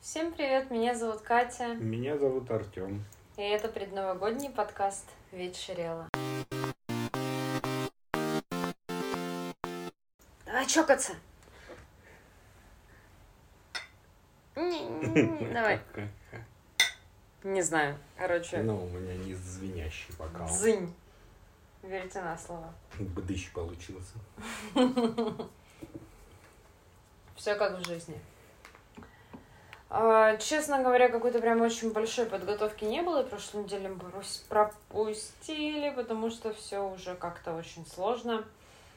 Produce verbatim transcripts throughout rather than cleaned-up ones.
Всем привет, меня зовут Катя. Меня зовут Артем. И это предновогодний подкаст «Вечерело». Давай чокаться. Давай. Не знаю, короче. Ну, у меня не звенящий бокал. Дзынь. Верьте на слово. Бдыщ получился. Все как в жизни. Честно говоря, какой-то прям очень большой подготовки не было. И прошлой неделе мы пропустили, потому что все уже как-то очень сложно.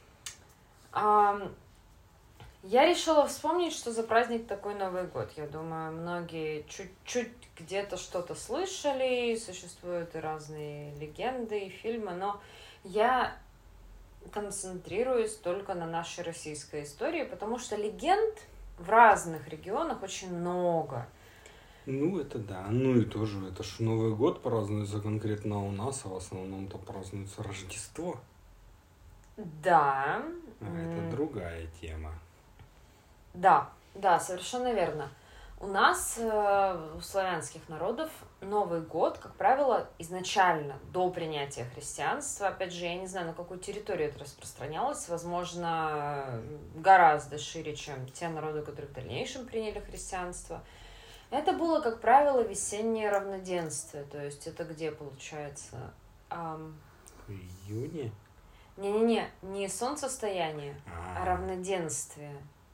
Я решила вспомнить, что за праздник такой Новый год. Я думаю, многие чуть-чуть где-то что-то слышали, существуют и разные легенды, и фильмы, но я концентрируюсь только на нашей российской истории, потому что легенд в разных регионах очень много. Ну, это да. Ну и тоже, это ж Новый год празднуется конкретно у нас, а в основном-то празднуется Рождество. Да. А это другая тема. Да, да, совершенно верно. У нас, э, у славянских народов, Новый год, как правило, изначально, до принятия христианства, опять же, я не знаю, на какую территорию это распространялось, возможно, гораздо шире, чем те народы, которые в дальнейшем приняли христианство. Это было, как правило, весеннее равноденствие, то есть это где, получается? Эм... В июне? Не-не-не, не солнцестояние, а, а равноденствие.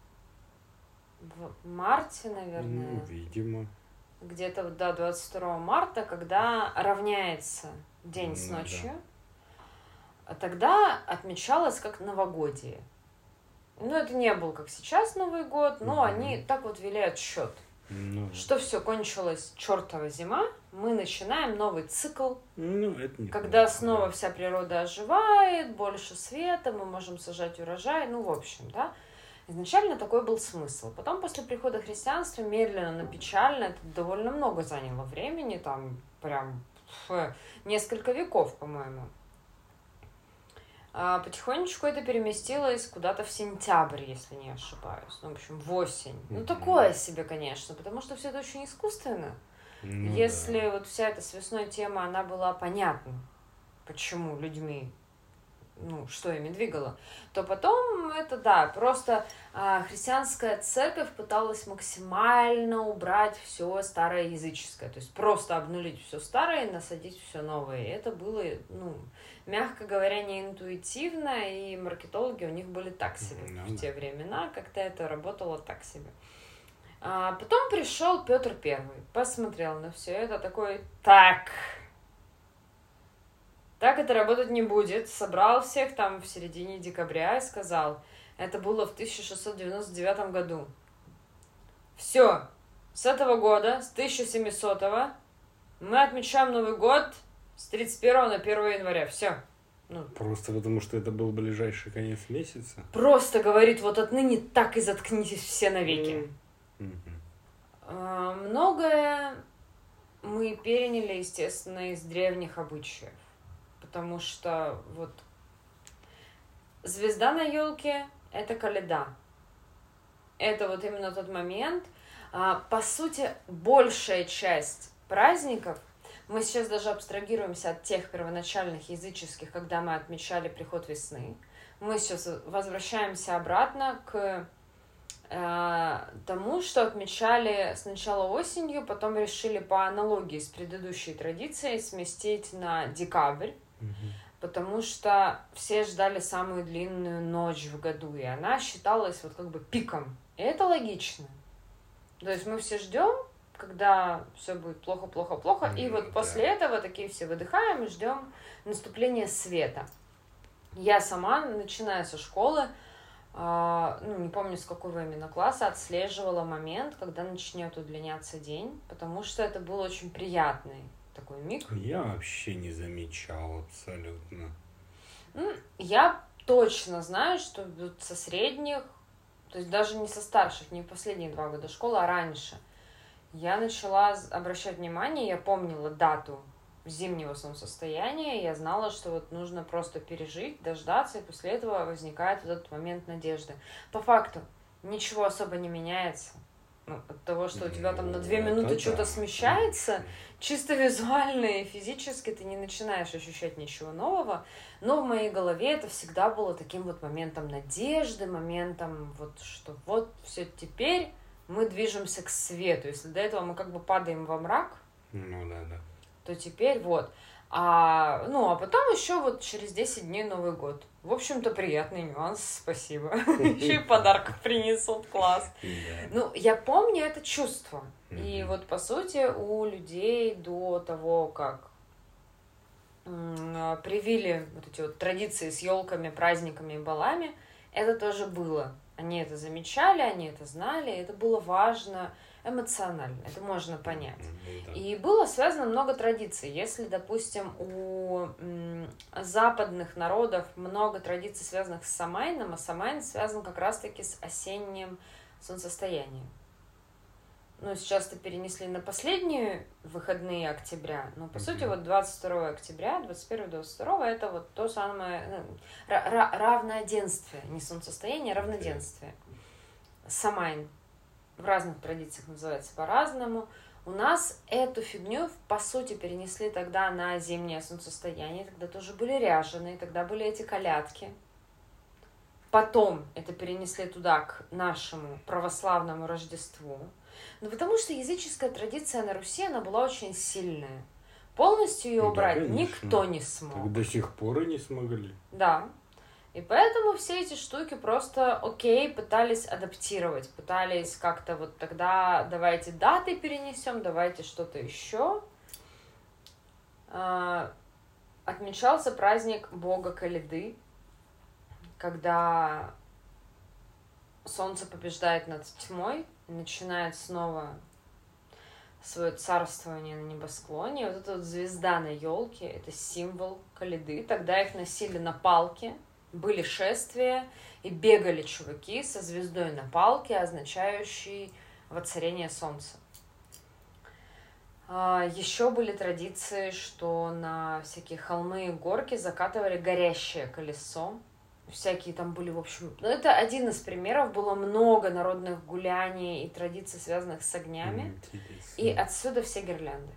В марте, наверное. Ну, видимо. Где-то, да, двадцать второго марта, когда равняется день ну, с ночью. Да. Тогда отмечалось как новогодие. Ну, это не был, как сейчас, Новый год, но mm-hmm. они так вот вели отсчет. Ну, что все, кончилась чертова зима, мы начинаем новый цикл, ну, это не когда плохо, снова да. вся природа оживает, больше света, мы можем сажать урожай, ну, в общем, да. Изначально такой был смысл. Потом, после прихода христианства, медленно, но печально, это довольно много заняло времени, там прям фу, несколько веков, по-моему. А потихонечку это переместилось куда-то в сентябрь, если не ошибаюсь. Ну, в общем, в осень. Mm-hmm. Ну, такое себе, конечно, потому что все это очень искусственно. Mm-hmm. Если вот вся эта с весной тема, она была понятна, почему людьми, ну, что ими двигало, то потом это, да, просто а, христианская церковь пыталась максимально убрать все старое языческое, то есть просто обнулить все старое и насадить все новое. И это было, ну, мягко говоря, не интуитивно, и маркетологи у них были так себе mm-hmm. в те времена, как-то это работало так себе. А потом пришел Петр Первый, посмотрел на все это, такой, так... Так это работать не будет. Собрал всех там в середине декабря и сказал, это было в тысяча шестьсот девяносто девятом году. Все, с этого года, с тысяча семисотого, мы отмечаем Новый год с тридцать первого на первое января. Все. Ну, просто потому, что это был ближайший конец месяца? Просто говорит, вот отныне так и заткнитесь все навеки. Mm-hmm. А, многое мы переняли, естественно, из древних обычаев. Потому что вот звезда на елке – это коляда. Это вот именно тот момент. По сути, большая часть праздников, мы сейчас даже абстрагируемся от тех первоначальных языческих, когда мы отмечали приход весны. Мы сейчас возвращаемся обратно к тому, что отмечали сначала осенью, потом решили по аналогии с предыдущей традицией сместить на декабрь. Потому что все ждали самую длинную ночь в году, и она считалась вот как бы пиком. И это логично. То есть мы все ждем, когда все будет плохо, плохо, плохо, mm, и вот да. после этого такие все выдыхаем и ждем наступления света. Я сама, начиная со школы, э, ну не помню с какого именно класса, отслеживала момент, когда начнет удлиняться день, потому что это был очень приятный такой миг. Я вообще не замечал абсолютно. Я точно знаю, что со средних, то есть даже не со старших, не последние два года школы, а раньше, я начала обращать внимание, я помнила дату зимнего солнцестояния, я знала, что вот нужно просто пережить, дождаться, и после этого возникает вот этот момент надежды. По факту ничего особо не меняется. Ну, от того, что у тебя там на две Ну, минуты это что-то да, смещается, конечно. чисто визуально и физически ты не начинаешь ощущать ничего нового. Но в моей голове это всегда было таким вот моментом надежды, моментом вот, что вот все теперь мы движемся к свету. Если до этого мы как бы падаем во мрак, Ну да, да. то теперь вот. А, ну, а потом еще вот через десять дней Новый год. В общем-то, приятный нюанс, спасибо. Еще и подарок принесут, класс. Ну, я помню это чувство. И вот, по сути, у людей до того, как м, привили вот эти вот традиции с елками, праздниками и балами, это тоже было. Они это замечали, они это знали, это было важно эмоционально, это можно понять. Да. И было связано много традиций. Если, допустим, у м, западных народов много традиций, связанных с Самайном, а Самайн связан как раз-таки с осенним солнцестоянием. Ну, сейчас-то перенесли на последние выходные октября, но, по mm-hmm. сути, вот двадцать второго октября, двадцать первого двадцать второго это вот то самое ну, ра- равноденствие, не солнцестояние, а равноденствие. Самайн в разных традициях называется по-разному. У нас эту фигню, по сути, перенесли тогда на зимнее солнцестояние, тогда тоже были ряженые, тогда были эти колядки. Потом это перенесли туда, к нашему православному Рождеству. Ну, потому что языческая традиция на Руси, она была очень сильная. Полностью ее убрать да, никто не смог. Так до сих пор и не смогли. Да. И поэтому все эти штуки просто, окей, пытались адаптировать, пытались как-то вот тогда давайте даты перенесем, давайте что-то еще. А, отмечался праздник бога Калиды, когда солнце побеждает над тьмой и начинает снова свое царствование на небосклоне. Вот эта вот звезда на елке, это символ Калиды. Тогда их носили на палке. Были шествия, и бегали чуваки со звездой на палке, означающей воцарение солнца. Еще были традиции, что на всякие холмы и горки закатывали горящее колесо. Всякие там были, в общем... Ну, это один из примеров. Было много народных гуляний и традиций, связанных с огнями. Интересно. И отсюда все гирлянды.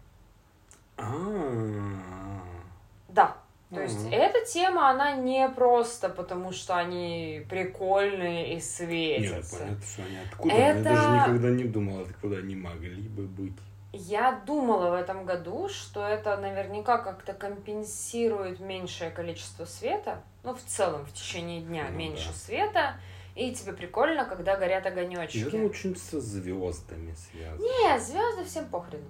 А-а-а. Да. То есть mm-hmm. эта тема, она не просто потому, что они прикольные и светятся. Нет, понятно, что они откуда. Это... Я даже никогда не думала, откуда они могли бы быть. Я думала в этом году, что это наверняка как-то компенсирует меньшее количество света. Ну, в целом, в течение дня ну, меньше да. света. И тебе прикольно, когда горят огонечки. Я думаю, очень со звездами связано. Не, звезды всем похрену.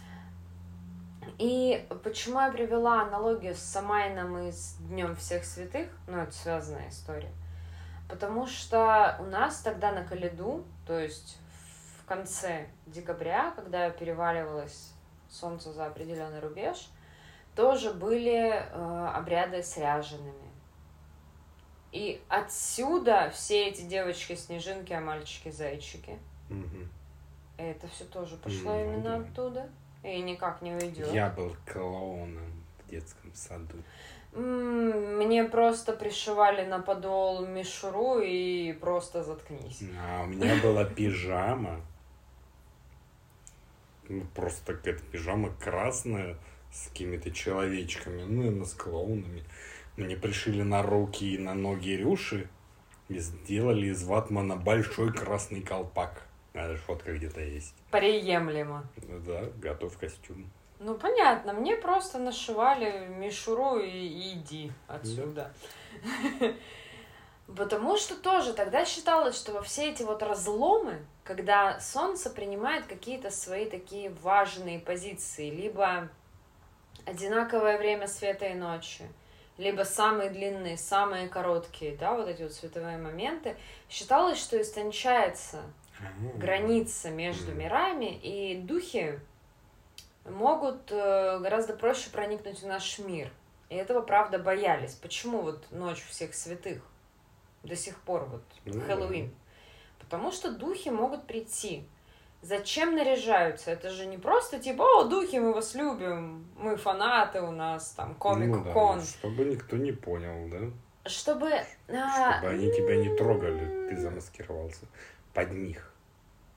И почему я привела аналогию с Самайном и с Днем всех святых, ну, это связанная история, потому что у нас тогда на Калиду, то есть в конце декабря, когда переваливалось солнце за определенный рубеж, тоже были э, обряды с ряжеными. И отсюда все эти девочки-снежинки, а мальчики-зайчики, mm-hmm. это все тоже пошло mm-hmm. именно оттуда. И никак не уйдет. Я был клоуном в детском саду. Мне просто пришивали на подол мишуру и просто заткнись. А у меня была пижама. Ну, просто какая-то пижама красная с какими-то человечками. Ну, и с клоунами. Мне пришили на руки и на ноги рюши и сделали из ватмана большой красный колпак. Даже фотка где-то есть. Приемлемо. Да, готов костюм. Ну, понятно. Мне просто нашивали мишуру и, и иди отсюда. Да. Потому что тоже тогда считалось, что во все эти вот разломы, когда солнце принимает какие-то свои такие важные позиции, либо одинаковое время света и ночи, либо самые длинные, самые короткие, да, вот эти вот световые моменты, считалось, что истончается граница между мирами, и духи могут гораздо проще проникнуть в наш мир. И этого, правда, боялись. Почему вот ночь всех святых до сих пор, вот mm-hmm. Хэллоуин? Потому что духи могут прийти. Зачем наряжаются? Это же не просто типа, о, духи, мы вас любим, мы фанаты, у нас там комик-кон. Ну, да, чтобы никто не понял, да? Чтобы... Чтобы а... они тебя не трогали, ты замаскировался под них.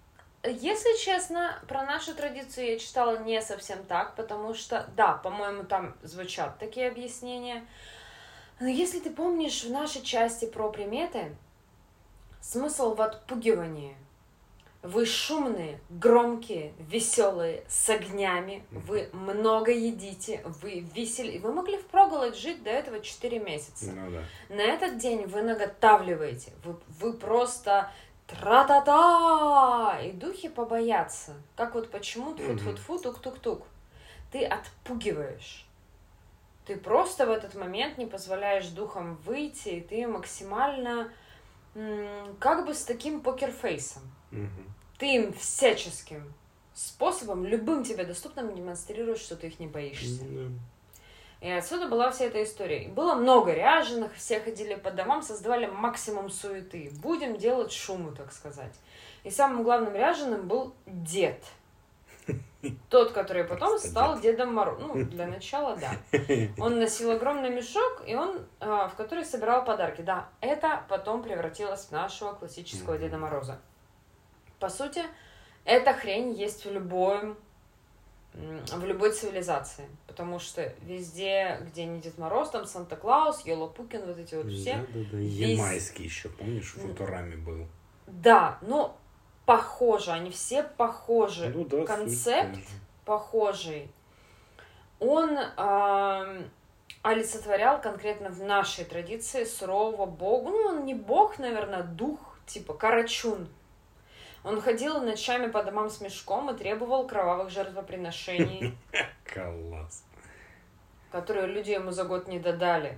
если честно, про нашу традицию я читала не совсем так, потому что, да, по-моему, там звучат такие объяснения. Но если ты помнишь в нашей части про приметы, смысл в отпугивании. Вы шумные, громкие, веселые, с огнями, вы много едите, вы весели. Вы могли впроголодь жить до этого четыре месяца. Ну, да. На этот день вы наготавливаете, вы, вы просто тра-та-та, и духи побоятся. Как вот почему тфу-тфу-тфу, тук-тук-тук. Ты отпугиваешь. Ты просто в этот момент не позволяешь духам выйти, и ты максимально м- как бы с таким покерфейсом. Угу. Ты им всяческим способом, любым тебе доступным, демонстрируешь, что ты их не боишься. Mm-hmm. И отсюда была вся эта история. И было много ряженых, все ходили по домам, создавали максимум суеты. Будем делать шуму, так сказать. И самым главным ряженым был дед. Тот, который потом стал Дедом Морозом. Ну, для начала, да. Он носил огромный мешок, и он, в который собирал подарки. Да, это потом превратилось в нашего классического Деда Мороза. По сути, эта хрень есть в любой, в любой цивилизации. Потому что везде, где не Дед Мороз, там Санта-Клаус, Йолопукин, вот эти вот все. Да, да, да. Вез... Ямайский еще, помнишь, в Футураме был. Да, ну, похоже, они все похожи. Ну, да, концепт похожий. Он э, олицетворял конкретно в нашей традиции сурового бога. Ну, он не бог, наверное, дух, типа Карачун. Он ходил ночами по домам с мешком и требовал кровавых жертвоприношений. Класс. Которые люди ему за год не додали.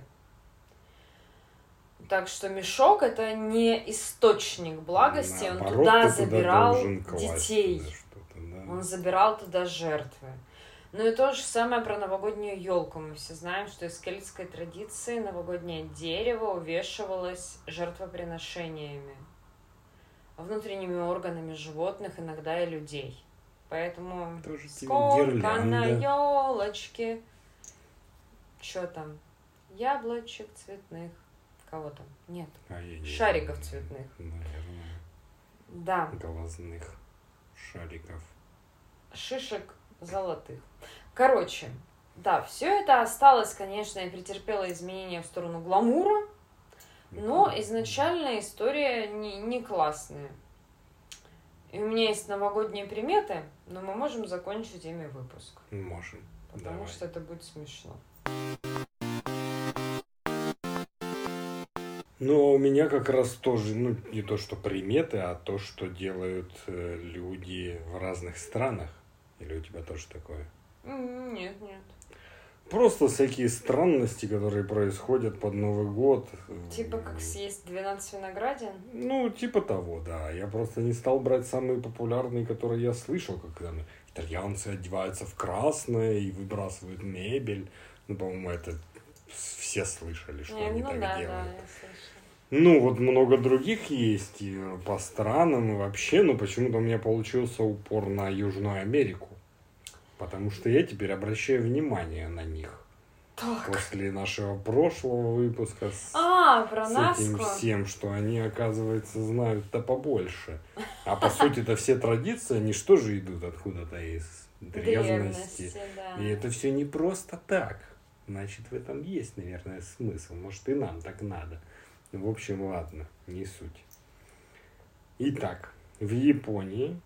Так что мешок — это не источник благости. Наоборот, он туда забирал туда детей. Да. Он забирал туда жертвы. Ну и то же самое про новогоднюю елку. Мы все знаем, что из кельтской традиции новогоднее дерево увешивалось жертвоприношениями. Внутренними органами животных, иногда и людей. Поэтому тоже сколько на елочке. Что там? Яблочек цветных. Кого там? Нет. А шариков цветных. Наверное. Да. Глазных шариков. Шишек золотых. Короче, да, все это осталось, конечно, и претерпело изменения в сторону гламура. Но изначально история не, не классная. И у меня есть новогодние приметы, но мы можем закончить ими выпуск. Можем. Потому Давай. что это будет смешно. Ну, у меня как раз тоже, ну, не то, что приметы, а то, что делают э, люди в разных странах. Или у тебя тоже такое? Нет, нет. Просто всякие странности, которые происходят под Новый год. Типа как съесть двенадцать виноградин? Ну, типа того, да. Я просто не стал брать самые популярные, которые я слышал, как там итальянцы одеваются в красное и выбрасывают мебель. Ну, по-моему, это все слышали, что не, они ну, так да, делают. Да, я слышала. Ну, вот много других есть и по странам и вообще, но почему-то у меня получился упор на Южную Америку. Потому что я теперь обращаю внимание на них. Так. После нашего прошлого выпуска с, а, про с Наску. этим всем, что они, оказывается, знают-то побольше. А по сути это все традиции, они что же идут откуда-то из древности. Древности, да. И это все не просто так. Значит, в этом есть, наверное, смысл. Может, и нам так надо. В общем, ладно, не суть. Итак, в Японии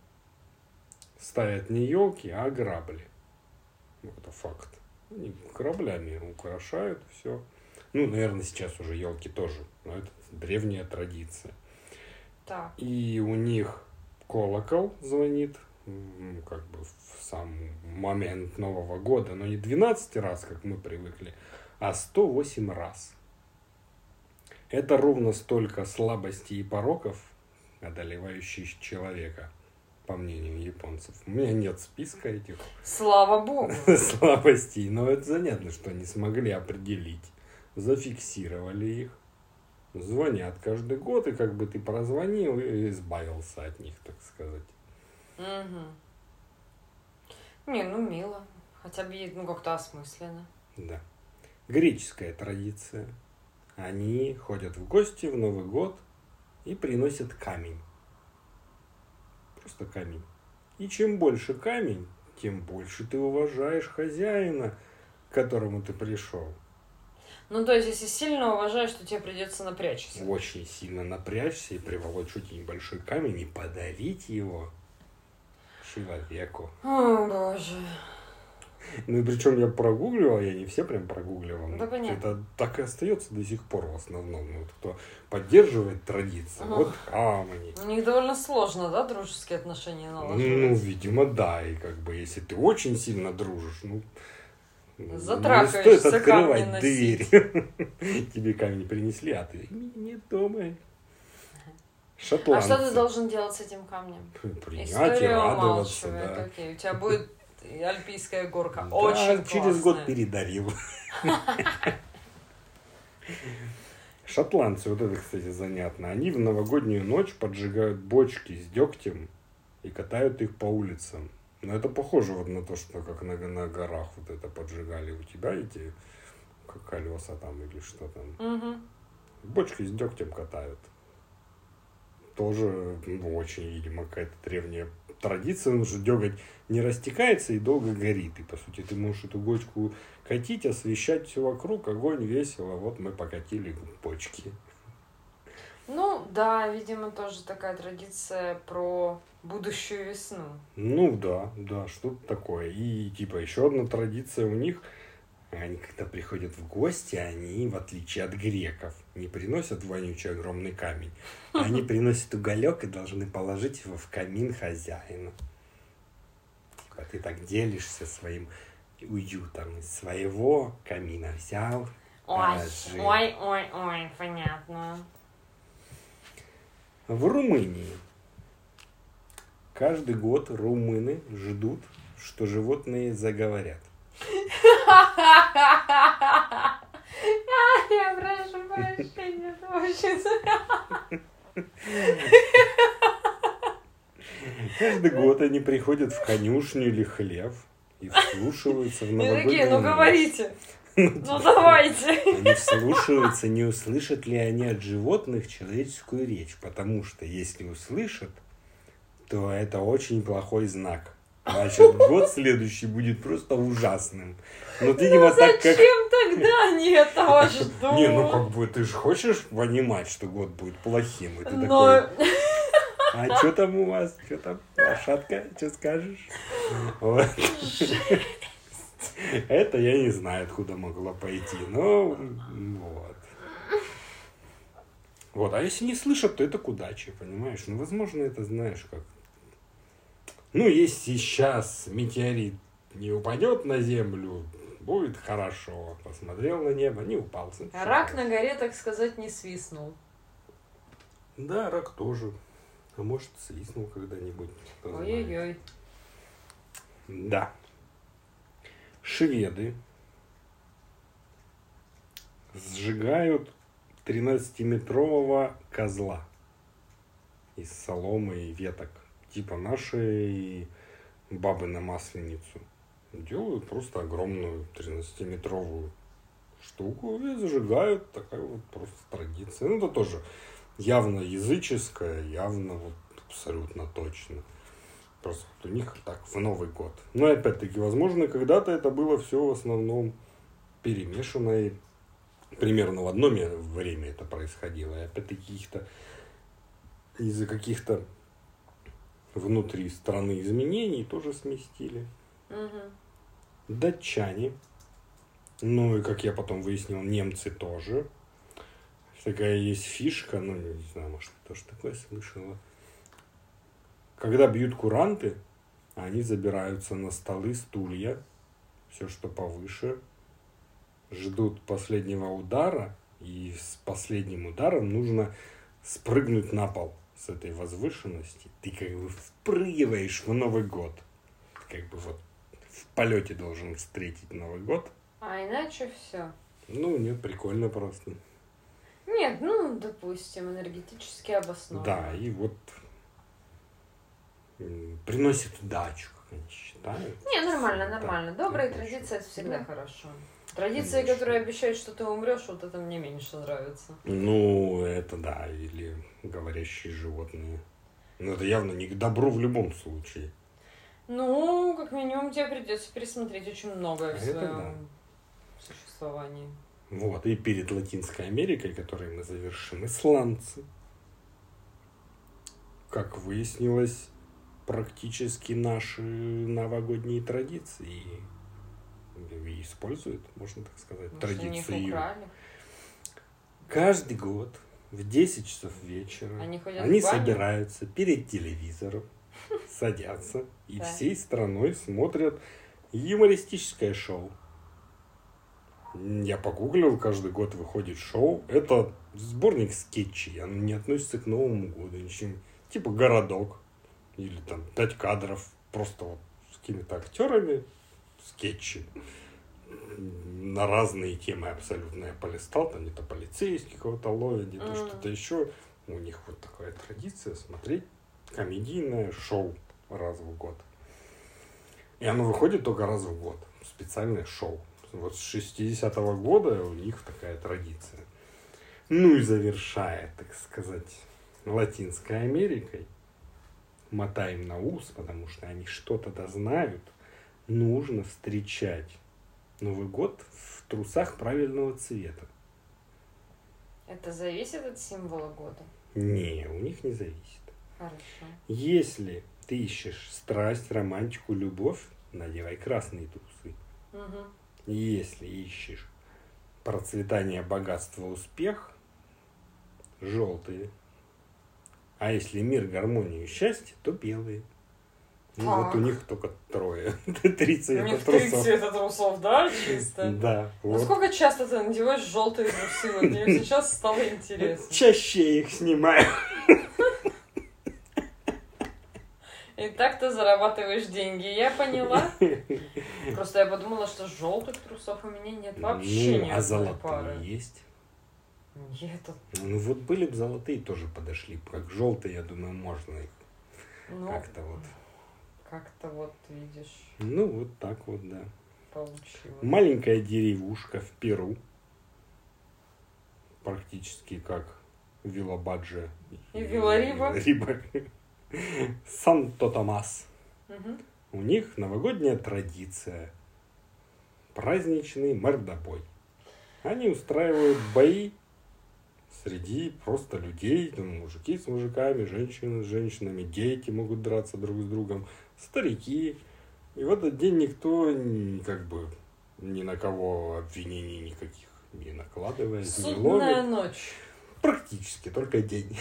ставят не елки, а грабли. Это факт. Они кораблями украшают все. Ну, наверное, сейчас уже елки тоже. Но это древняя традиция. Так. И у них колокол звонит как бы в сам момент Нового года. Но не двенадцать раз, как мы привыкли, а сто восемь раз. Это ровно столько слабостей и пороков, одолевающих человека, по мнению японцев. У меня нет списка этих Слава богу. слабостей, но это занятно, что они смогли определить, зафиксировали их, звонят каждый год, и как бы ты прозвонил и избавился от них, так сказать. Угу. Не, ну мило. Хотя бы ну, как-то осмысленно. Да. Греческая традиция. Они ходят в гости в Новый год и приносят камень. просто камень. И чем больше камень, тем больше ты уважаешь хозяина, к которому ты пришел. Ну, то есть, если сильно уважаешь, то тебе придется напрячься. Очень сильно напрячься и приволочь чуть небольшой камень и подарить его человеку. О, боже. Ну и причем я прогугливал, я не все прям прогугливал. Да, понятно. Это так и остается до сих пор в основном. Вот кто поддерживает традиции, ага. вот камни. У них довольно сложно, да, дружеские отношения наладить? Ну, видимо, да. И как бы, если ты очень сильно дружишь, ну, затрахаешься, не стоит открывать дверь. Тебе камни принесли, а ты нет дома. Шотландцы. А что ты должен делать с этим камнем? Принять История и радоваться, да. Окей. У тебя будет альпийская горка. Да, очень через классная. год передарил. Шотландцы, вот это, кстати, занятно. Они в новогоднюю ночь поджигают бочки с дегтем и катают их по улицам. Но это похоже вот на то, что как на, на горах вот это поджигали у тебя эти как колеса там или что там. Угу. Бочки с дегтем катают. Тоже ну, очень, видимо, какая-то древняя традиция, потому что деготь не растекается и долго горит. И, по сути, ты можешь эту бочку катить, освещать все вокруг, огонь, весело. Вот мы покатили бочки. Ну, да, видимо, тоже такая традиция про будущую весну. Ну, да, да, что-то такое. И, типа, еще одна традиция у них. Они, когда приходят в гости, они, в отличие от греков, не приносят вонючий огромный камень. Они приносят уголек и должны положить его в камин хозяину. Типа ты так делишься своим уютом. Из своего камина взял, ой, ой, ой, ой, понятно. В Румынии каждый год румыны ждут, что животные заговорят. Я прошу прощения, это очень... Каждый год они приходят в конюшню или хлев и вслушиваются в новогоднюю ночь. Ну говорите, ну давайте. Они вслушиваются, не услышат ли они от животных человеческую речь, потому что если услышат, то это очень плохой знак. Значит, год следующий будет просто ужасным. Но ты, видимо, ну, так зачем как... тогда они этого ждут? Не, ну как бы ты же хочешь понимать, что год будет плохим. И ты Но... такой, а что там у вас? Что там, лошадка? Что скажешь? Вот. Это я не знаю, откуда могло пойти. Но вот. Вот, а если не слышат, то это к удаче, понимаешь? Ну, возможно, это знаешь как... Ну, если сейчас метеорит не упадет на землю, будет хорошо. Посмотрел на небо, не упал. Рак на горе, так сказать, не свистнул. Да, рак тоже. А может, свистнул когда-нибудь. Ой-ой-ой. Да. Шведы сжигают тринадцатиметрового козла из соломы и веток. Типа нашей бабы на Масленицу. Делают просто огромную тринадцатиметровую штуку и зажигают. Такая вот просто традиция. Ну, это тоже явно языческая, явно вот абсолютно точно. Просто вот у них так в Новый год. Но опять-таки, возможно, когда-то это было все в основном перемешано. И примерно в одно время это происходило. И опять-таки каких-то из-за каких-то внутри страны изменений тоже сместили. Угу. Датчане, ну и, как я потом выяснил, немцы тоже. Такая есть фишка, ну, не знаю, может, ты тоже такое слышала. Когда бьют куранты, они забираются на столы, стулья, все, что повыше, ждут последнего удара, и с последним ударом нужно спрыгнуть на пол с этой возвышенности. Ты как бы впрыгиваешь в Новый год. Как бы вот в полете должен встретить Новый год. А иначе все. Ну, нет, прикольно просто. Нет, ну, допустим, энергетически обоснованно. Да, и вот приносит удачу, как они считают. Не, нормально, Да, нормально. Добрые хорошо. традиции — это всегда Да. хорошо. Традиции, Конечно. которые обещают, что ты умрешь, вот это мне меньше нравится. Ну, это да, или говорящие животные. Но это явно не к добру в любом случае. Ну, как минимум, тебе придется пересмотреть очень многое в Это своем да. существовании. Вот, и перед Латинской Америкой, которой мы завершим, исландцы. Как выяснилось, практически наши новогодние традиции и используют, можно так сказать, Может, традицию. они их украли? Каждый год в десять часов вечера Они ходят они в баню? собираются перед телевизором, садятся и Да. всей страной смотрят юмористическое шоу. Я погуглил, каждый год выходит шоу. Это сборник скетчей, оно не относится к Новому году, ничем. Типа «Городок» или там «Пять кадров», просто вот с какими-то актерами, скетчи на разные темы абсолютно. Я полистал, там где-то полицейских кого-то ловят, где-то Mm. что-то еще. У них вот такая традиция смотреть комедийное шоу раз в год. И оно выходит только раз в год. Специальное шоу. Вот с шестидесятого года у них такая традиция. Ну и завершая, так сказать, Латинской Америкой, мотаем на ус, потому что они что-то да знают, нужно встречать Новый год в трусах правильного цвета. Это зависит от символа года? Не, у них не зависит. Хорошо. Если ты ищешь страсть, романтику, любовь, надевай красные трусы. Угу. Если ищешь процветание, богатство, успех, желтые. А если мир, гармонию, счастье, то белые. Ну, Так. вот у них только трое. Три У цвета них три трусов. цвета трусов, да, чисто? Да. Ну Вот. сколько часто ты надеваешь желтые трусы? Вот мне сейчас стало интересно. Чаще их снимаю. И так ты зарабатываешь деньги, я поняла. Просто я подумала, что желтых трусов у меня нет вообще Ну, ни а одной золотые пары. есть? Нет, это- Ну вот были бы золотые, тоже подошли. Как желтые, я думаю, можно их ну, как-то вот. как-то вот, видишь, Ну вот так вот, да. получилось. Маленькая деревушка в Перу. Практически как Вилла Баджа. И Вилла Риба. Риба. Санто-Томас. Мгм. У них новогодняя традиция. Праздничный мордобой. Они устраивают бои среди просто людей, там, мужики с мужиками, женщины с женщинами, дети могут драться друг с другом, старики. И в этот день никто н- как бы ни на кого обвинений никаких не накладывает, не Судная ловит. ночь. Практически только день.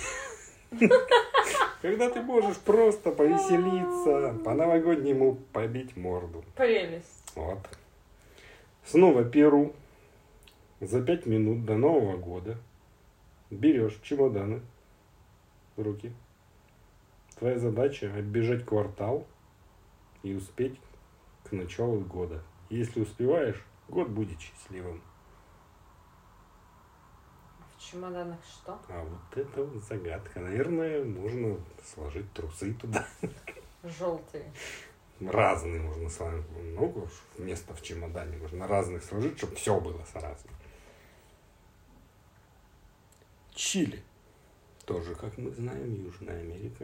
Когда ты можешь просто повеселиться, по-новогоднему побить морду. Прелесть. Вот. Снова Перу. За пять минут до Нового года берешь чемоданы в руки. Твоя задача оббежать квартал и успеть к началу года. Если успеваешь, год будет счастливым. В чемоданах что? А вот это вот загадка. Наверное, можно сложить трусы туда. Желтые. Разные можно сложить. Много места в чемодане можно разных сложить, чтобы все было сразу. Чили. Тоже, как мы знаем, Южная Америка.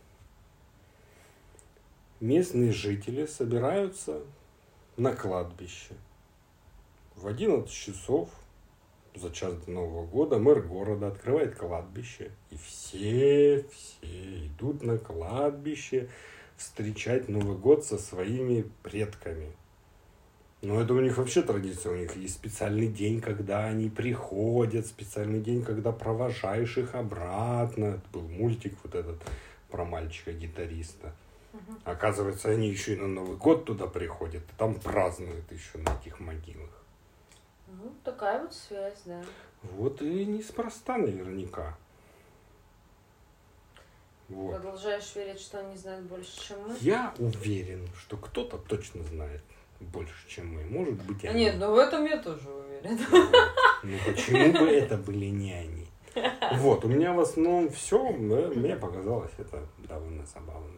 Местные жители собираются на кладбище. В одиннадцать часов за час до Нового года мэр города открывает кладбище. И все, все идут на кладбище встречать Новый год со своими предками. Но это у них вообще традиция. У них есть специальный день, когда они приходят, специальный день, когда провожаешь их обратно. Это был мультик вот этот про мальчика-гитариста. Мгм. Оказывается, они еще и на Новый год туда приходят. И там празднуют еще на этих могилах. Ну, такая вот связь, да. Вот и неспроста наверняка. Вот. Продолжаешь верить, что они знают больше, чем мы? Я уверен, что кто-то точно знает больше, чем мы. Может быть, А они. нет, ну в этом я тоже уверена. Вот. Ну почему бы это были не они? Вот, у меня в основном все, мне показалось это довольно забавно.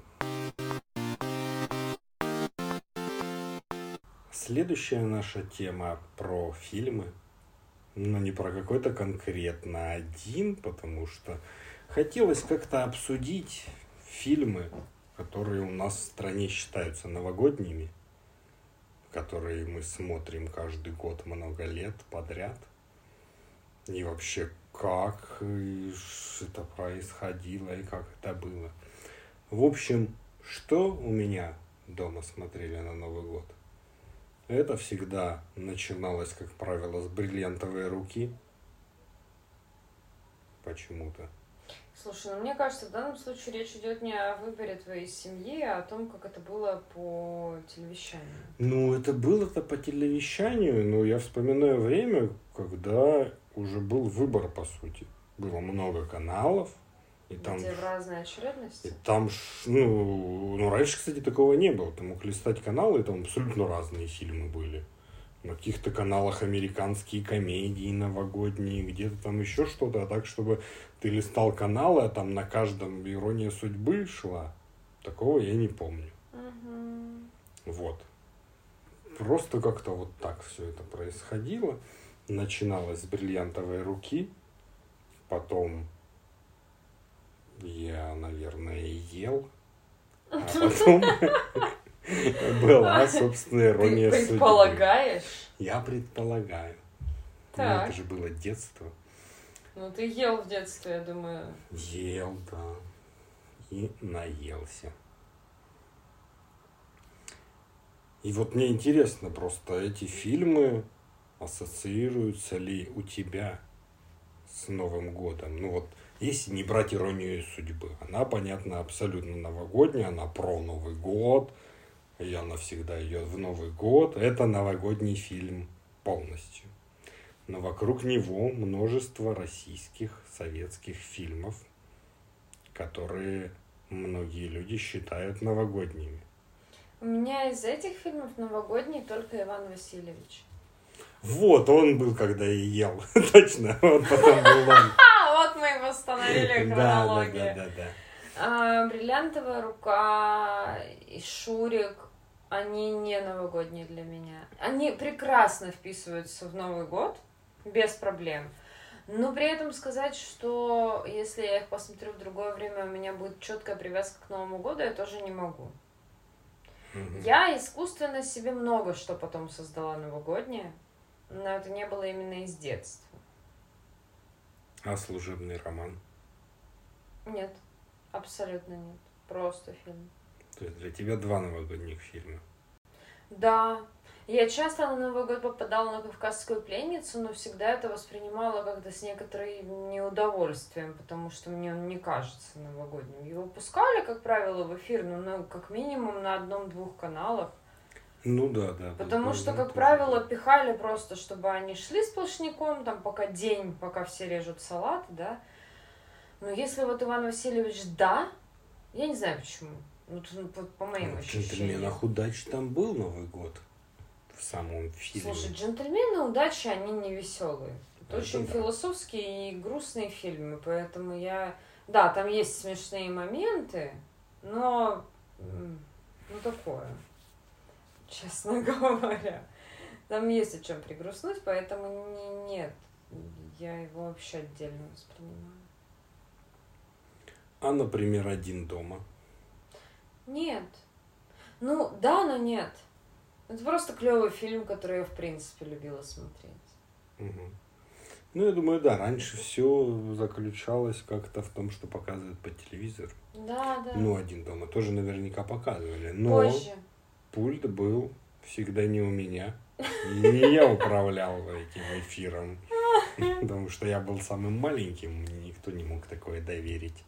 Следующая наша тема про фильмы, но не про какой-то конкретно один, потому что хотелось как-то обсудить фильмы, которые у нас в стране считаются новогодними, которые мы смотрим каждый год много лет подряд. И вообще, как это происходило и как это было. В общем, что у меня дома смотрели на Новый год? Это всегда начиналось, как правило, с «Бриллиантовой руки». Почему-то. Слушай, ну мне кажется, в данном случае речь идет не о выборе твоей семьи, а о том, как это было по телевещанию. Ну, это было-то по телевещанию, но я вспоминаю время, когда уже был выбор, по сути. Было много каналов. И там, где в разной очередности? И там, ну, ну, раньше, кстати, такого не было. Ты мог листать каналы, и там абсолютно разные фильмы были. На каких-то каналах американские комедии новогодние, где-то там еще что-то. А так, чтобы ты листал каналы, а там на каждом «Ирония судьбы» шла. Такого я не помню. Угу. Вот. Просто как-то вот так все это происходило. Начиналось с «Бриллиантовой руки». Потом я, наверное, ел. А потом была, собственно, «Ирония судьбы». Ты предполагаешь? Я предполагаю. Ну, это же было детство. Ну, ты ел в детстве, я думаю. Ел, да. И наелся. И вот мне интересно просто, эти фильмы ассоциируются ли у тебя с Новым годом? Ну вот, если не брать «Иронию судьбы», она, понятно, абсолютно новогодняя, она про Новый год, и она всегда идет в Новый год. Это новогодний фильм полностью. Но вокруг него множество российских, советских фильмов, которые многие люди считают новогодними. У меня из этих фильмов новогодний только «Иван Васильевич». Вот, он был, когда я ел. Точно, вот потом был он. Вот мы и восстановили хронологию. Да, да, да, да. «Бриллиантовая рука» и «Шурик», они не новогодние для меня. Они прекрасно вписываются в Новый год, без проблем. Но при этом сказать, что если я их посмотрю в другое время, у меня будет четкая привязка к Новому году, я тоже не могу. Mm-hmm. Я искусственно себе много что потом создала новогоднее, но это не было именно из детства. А «Служебный роман»? Нет, абсолютно нет. Просто фильм. То есть для тебя два новогодних фильма? Да. Я часто на Новый год попадала на «Кавказскую пленницу», но всегда это воспринимала как-то с некоторым неудовольствием, потому что мне он не кажется новогодним. Его пускали, как правило, в эфир, но ну, как минимум на одном-двух каналах. Ну да, да. Потому да, что, да, как правило, пихали просто, чтобы они шли сплошняком, там, пока день, пока все режут салат, да. Но если вот Иван Васильевич, да, я не знаю почему. Ну, по, по моим ну, ощущениям. В «Джентльменах удачи» там был Новый год. В самом фильме. Слушай, «Джентльмены удачи», они не веселые. Это, это очень да. философские и грустные фильмы, поэтому я... Да, там есть смешные моменты, но... Ну, такое. Честно говоря. Там есть о чем пригрустнуть, поэтому не, нет. Я его вообще отдельно воспринимаю. А, например, «Один дома»? Нет. Ну, да, но нет. Это просто клевый фильм, который я, в принципе, любила смотреть. Угу. Ну, я думаю, да, раньше все заключалось как-то в том, что показывают по телевизору. Да, да. Ну, «Один дома» тоже наверняка показывали. Но позже. Пульт был всегда не у меня. Не я управлял этим эфиром. Потому что я был самым маленьким, мне никто не мог такое доверить.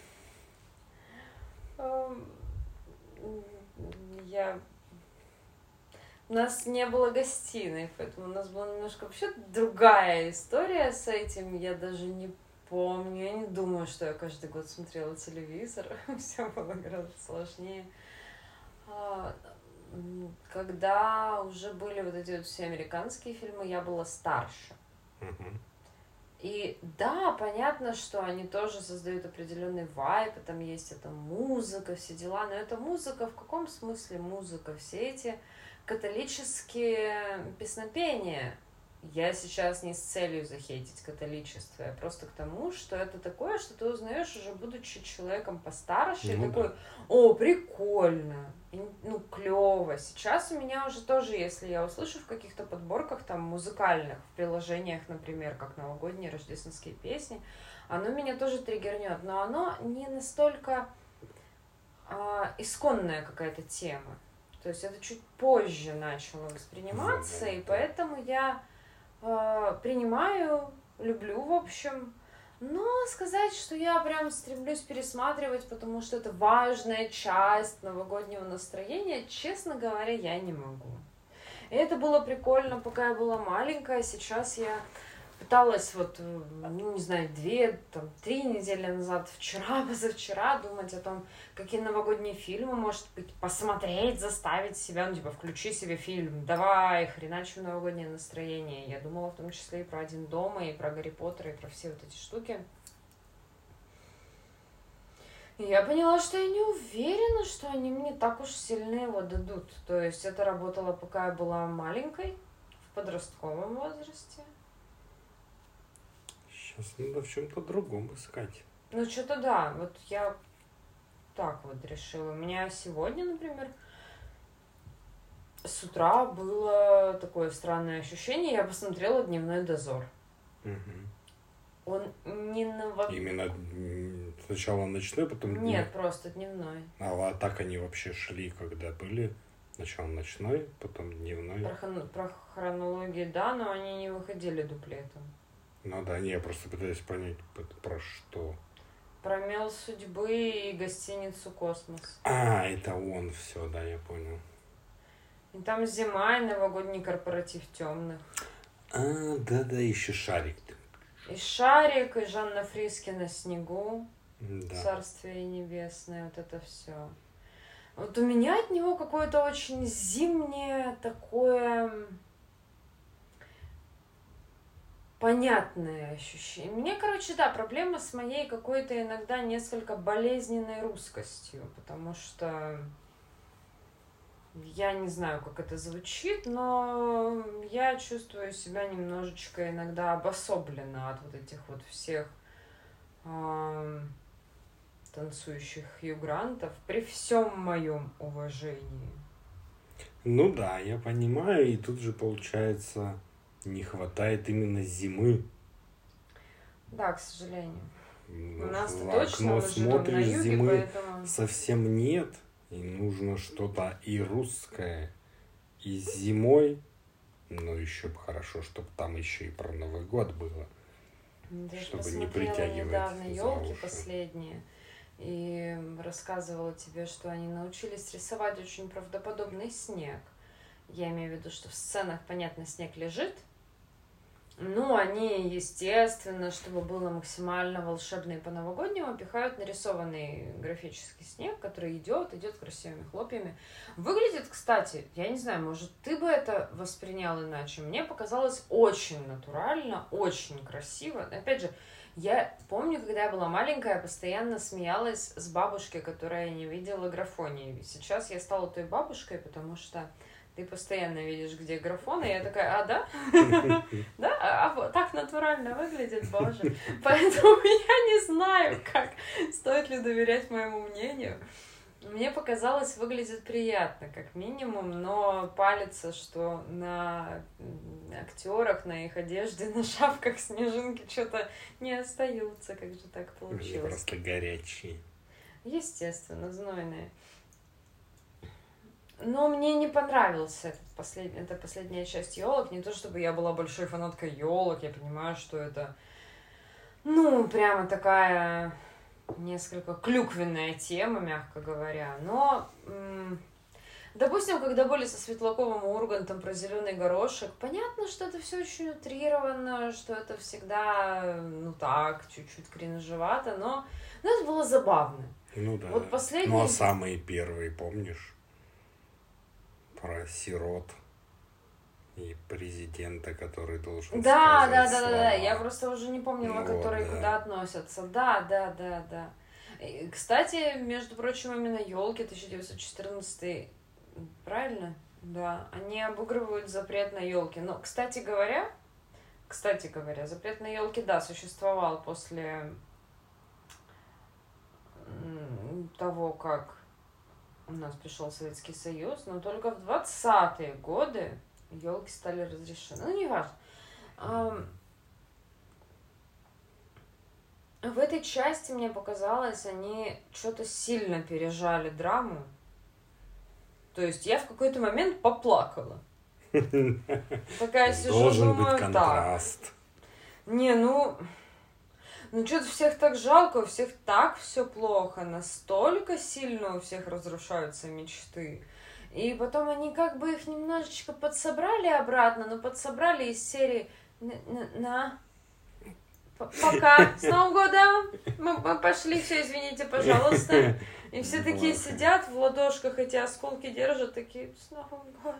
Я... У нас не было гостиной, поэтому у нас была немножко вообще другая история с этим. Я даже не помню, я не думаю, что я каждый год смотрела телевизор. Все было гораздо сложнее. Когда уже были вот эти вот все американские фильмы, я была старше. Uh-huh. И да, понятно, что они тоже создают определенный вайб, там есть эта музыка, все дела, но это музыка, в каком смысле музыка? Все эти католические песнопения, Я сейчас не с целью захейтить католичество, я просто к тому, что это такое, что ты узнаешь уже будучи человеком постарше, ну, и такой, да. О, прикольно, и, ну, клево. Сейчас у меня уже тоже, если я услышу в каких-то подборках там музыкальных, в приложениях, например, как новогодние рождественские песни, оно меня тоже триггернет, но оно не настолько а, исконная какая-то тема. То есть это чуть позже начало восприниматься, и поэтому я э, принимаю, люблю, в общем. Но сказать, что я прям стремлюсь пересматривать, потому что это важная часть новогоднего настроения, честно говоря, я не могу. И это было прикольно, пока я была маленькая. Сейчас я пыталась вот, ну, не знаю, две, там, три недели назад, вчера, позавчера думать о том, какие новогодние фильмы, может быть, посмотреть, заставить себя, ну, типа, включи себе фильм, давай, хреначим новогоднее настроение. Я думала в том числе и про «Один дома», и про «Гарри Поттера», и про все вот эти штуки. И я поняла, что я не уверена, что они мне так уж сильно его дадут. То есть это работало, пока я была маленькой, в подростковом возрасте. Сейчас надо в чем-то другом искать. Ну, что-то да. Вот я так вот решила. У меня сегодня, например, с утра было такое странное ощущение. Я посмотрела «Дневной дозор». Угу. Он не ново... Именно сначала ночной, потом дневной? Нет, просто дневной. А так они вообще шли, когда были? Сначала ночной, потом дневной? Про, хон... Про хронологию, да, но они не выходили дуплетом. Ну да, не, я просто пытаюсь понять, про что. Про «Мел судьбы» и гостиницу «Космос». А, это он, все, да, я понял. И там зима и новогодний корпоратив темных. А, да-да, еще Шарик. И Шарик, и Жанна Фриске на снегу. Да. Царствие небесное, вот это все. Вот у меня от него какое-то очень зимнее такое... понятное ощущение. Мне, короче, да, проблема с моей какой-то иногда несколько болезненной русскостью, потому что я не знаю, как это звучит, но я чувствую себя немножечко иногда обособленно от вот этих вот всех э, танцующих Хью Грантов, при всем моем уважении. Ну да, я понимаю, и тут же получается... Не хватает именно зимы. Да, к сожалению. Ну, у нас в точно окно смотришь, на юге, зимы поэтому... совсем нет. И нужно что-то и русское, и зимой. Но еще бы хорошо, чтобы там еще и про Новый год было. Я чтобы не притягивать недавно елки уши. Последние. И рассказывала тебе, что они научились рисовать очень правдоподобный снег. Я имею в виду, что в сценах, понятно, снег лежит. Ну, они, естественно, чтобы было максимально волшебно и по-новогоднему, пихают нарисованный графический снег, который идет, идет красивыми хлопьями. Выглядит, кстати, я не знаю, может, ты бы это воспринял иначе. Мне показалось очень натурально, очень красиво. Опять же, я помню, когда я была маленькая, я постоянно смеялась с бабушкой, которая не видела графонии. Сейчас я стала той бабушкой, потому что... Ты постоянно видишь, где графон, и я такая, а, да? Да? А вот так натурально выглядит, боже. Поэтому я не знаю, как, стоит ли доверять моему мнению. Мне показалось, выглядит приятно, как минимум, но палится, что на актерах, на их одежде, на шапках снежинки что-то не остаются, как же так получилось. Просто горячие. Естественно, знойные. Но мне не понравился этот послед... эта последняя часть елок. Не то чтобы я была большой фанаткой елок, я понимаю, что это, ну, прямо такая несколько клюквенная тема, мягко говоря. Но, м- допустим, когда были со Светлаковым и Ургантом про зеленый горошек, понятно, что это все очень утрировано, что это всегда, ну так, чуть-чуть кринжевато, но, но это было забавно. Ну да. Вот последний... Ну а самые первые, помнишь? Про сирот и президента, который должен да, сказать да, да, слова. да, да, я просто уже не помнила, ну, которые да. куда относятся. Да, да, да, да. И, кстати, между прочим, именно елки тысяча девятьсот четырнадцатый, правильно? Да, они обыгрывают запрет на елки. Но, кстати говоря, Кстати говоря, запрет на елки, да, существовал после того, как у нас пришел Советский Союз, но только в двадцатые годы елки стали разрешены. Ну, не важно. В этой части, мне показалось, они что-то сильно пережали драму. То есть я в какой-то момент поплакала. Такая сижу, Должен думаю, быть контраст. Так. Не, ну... Ну, что-то всех так жалко, у всех так все плохо, настолько сильно у всех разрушаются мечты. И потом они как бы их немножечко подсобрали обратно, но подсобрали из серии «На, пока, с Новым годом, мы, мы пошли, все, извините, пожалуйста». И все такие сидят в ладошках, эти осколки держат, такие «С Новым годом».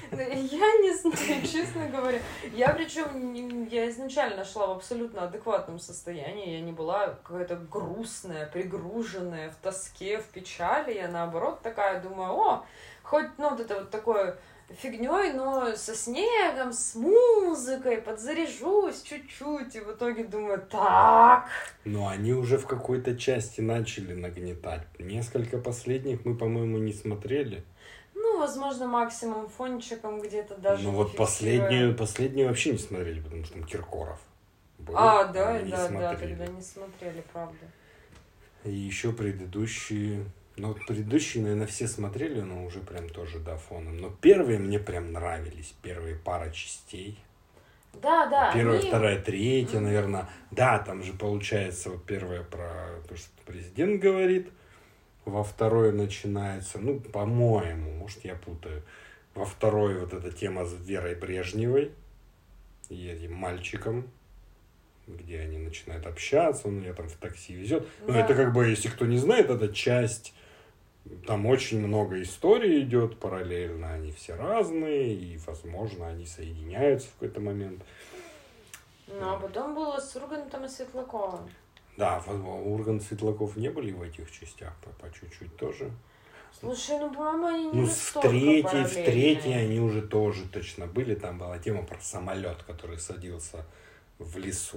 Я не знаю, честно говоря. Я причем, я изначально шла в абсолютно адекватном состоянии, я не была какая-то грустная, пригруженная в тоске, в печали. Я наоборот такая думаю, о, хоть, ну, вот это вот такое... фигней, но со снегом, с музыкой, подзаряжусь чуть-чуть, и в итоге думаю, так. Но они уже в какой-то части начали нагнетать. Несколько последних мы, по-моему, не смотрели. Ну, возможно, максимум фончиком где-то даже. Ну, вот последнюю, последнюю вообще не смотрели, потому что там Киркоров был. А, да, не да, смотрели. да, тогда не смотрели, правда. И еще предыдущие... Ну, вот предыдущие, наверное, все смотрели, но уже прям тоже, да, фоном. Но первые мне прям нравились. Первые пара частей. Да, да. Первая, они... вторая, третья, mm-hmm. наверное. Да, там же получается вот первая про то, что президент говорит. Во второй начинается, ну, по-моему, может, я путаю. Во второй вот эта тема с Верой Брежневой и этим мальчиком, где они начинают общаться, он ее там в такси везет. Да. Ну, это как бы, если кто не знает, это часть... Там очень много историй идет параллельно, они все разные, и, возможно, они соединяются в какой-то момент. Ну, а потом было с Ургантом и Светлаковым. Да, Ургант и Светлаков не были в этих частях, по, по чуть-чуть тоже. Слушай, ну, по-моему, они не ну, настолько в третьей, в параллельные. третьей они уже тоже точно были. Там была тема про самолет, который садился в лесу.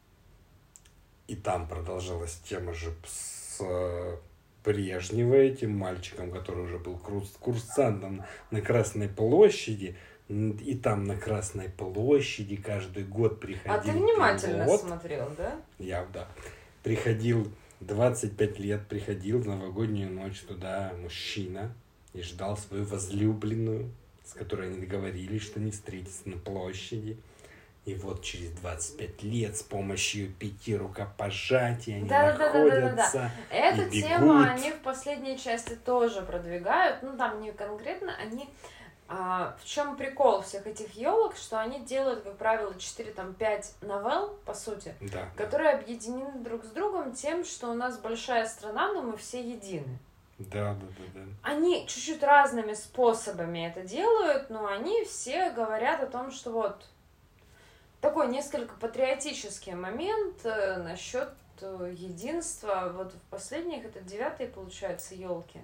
И там продолжалась тема же с Брежневой, этим мальчиком, который уже был курсантом на Красной площади. И там на Красной площади каждый год приходил. А ты внимательно пилот. смотрел, да? Я, да. Приходил, двадцать пять лет приходил в новогоднюю ночь туда мужчина и ждал свою возлюбленную, с которой они договорились, что они встретятся на площади. И вот через двадцать пять лет с помощью пяти рукопожатий они да, находятся да, да, да, да. Эту и тему бегут. они в последней части тоже продвигают. Ну, там не конкретно, они... А, в чем прикол всех этих елок, что они делают, как правило, четыре-пять новелл, по сути, да, которые да. объединены друг с другом тем, что у нас большая страна, но мы все едины. Да, да, да, да. Они чуть-чуть разными способами это делают, но они все говорят о том, что вот такой несколько патриотический момент э, насчет э, единства. Вот в последних, это девятые, получается, елки.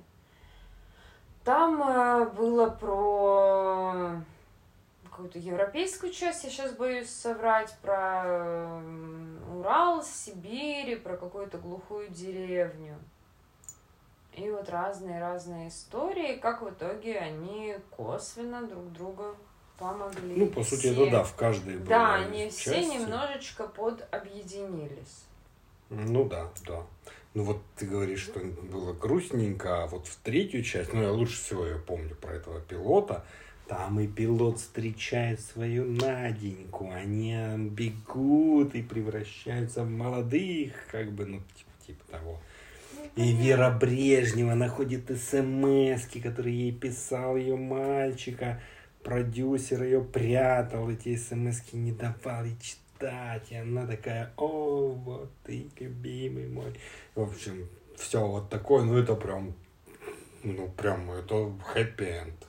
Там э, было про какую-то европейскую часть, я сейчас боюсь соврать, про э, Урал, Сибирь, про какую-то глухую деревню. И вот разные-разные истории, как в итоге они косвенно друг друга помогли. Ну, по все, сути, это да, в каждой было. Да, они части. все немножечко подобъединились. Ну да, да. Ну вот ты говоришь, что было грустненько, а вот в третью часть, ну я лучше всего ее помню про этого пилота, там и пилот встречает свою Наденьку, они бегут и превращаются в молодых, как бы, ну типа, типа того. И Вера Брежнева находит смс-ки, которые ей писал ее мальчика, продюсер ее прятал, эти смс-ки не давал ей читать. И она такая, о, вот ты, любимый мой. В общем, все вот такое, ну это прям, ну прям, это хэппи-энд.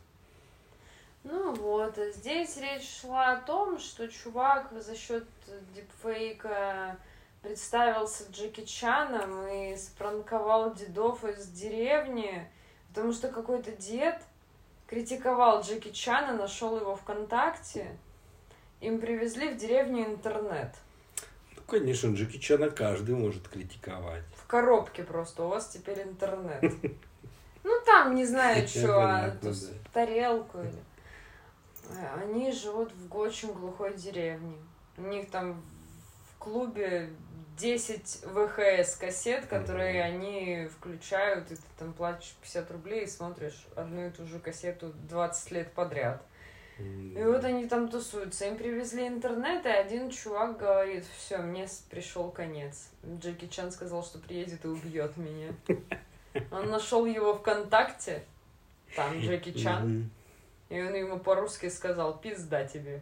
Ну вот, здесь речь шла о том, что чувак за счет дипфейка представился Джеки Чаном и спранковал дедов из деревни, потому что какой-то дед критиковал Джеки Чана, нашел его ВКонтакте им привезли в деревню интернет. Ну, конечно, Джеки Чана каждый может критиковать. В коробке просто, у вас теперь интернет. Ну, там, не знаю, что, тарелку или... Они живут в очень глухой деревне. У них там в клубе десять вэ ха эс кассет, которые mm-hmm. они включают, и ты там платишь пятьдесят рублей и смотришь одну и ту же кассету двадцать лет подряд. Mm-hmm. И вот они там тусуются. Им привезли интернет, и один чувак говорит: все, мне пришел конец. Джеки Чан сказал, что приедет и убьет меня. Он нашел его ВКонтакте, там Джеки Чан, mm-hmm. и он ему по-русски сказал: пизда тебе.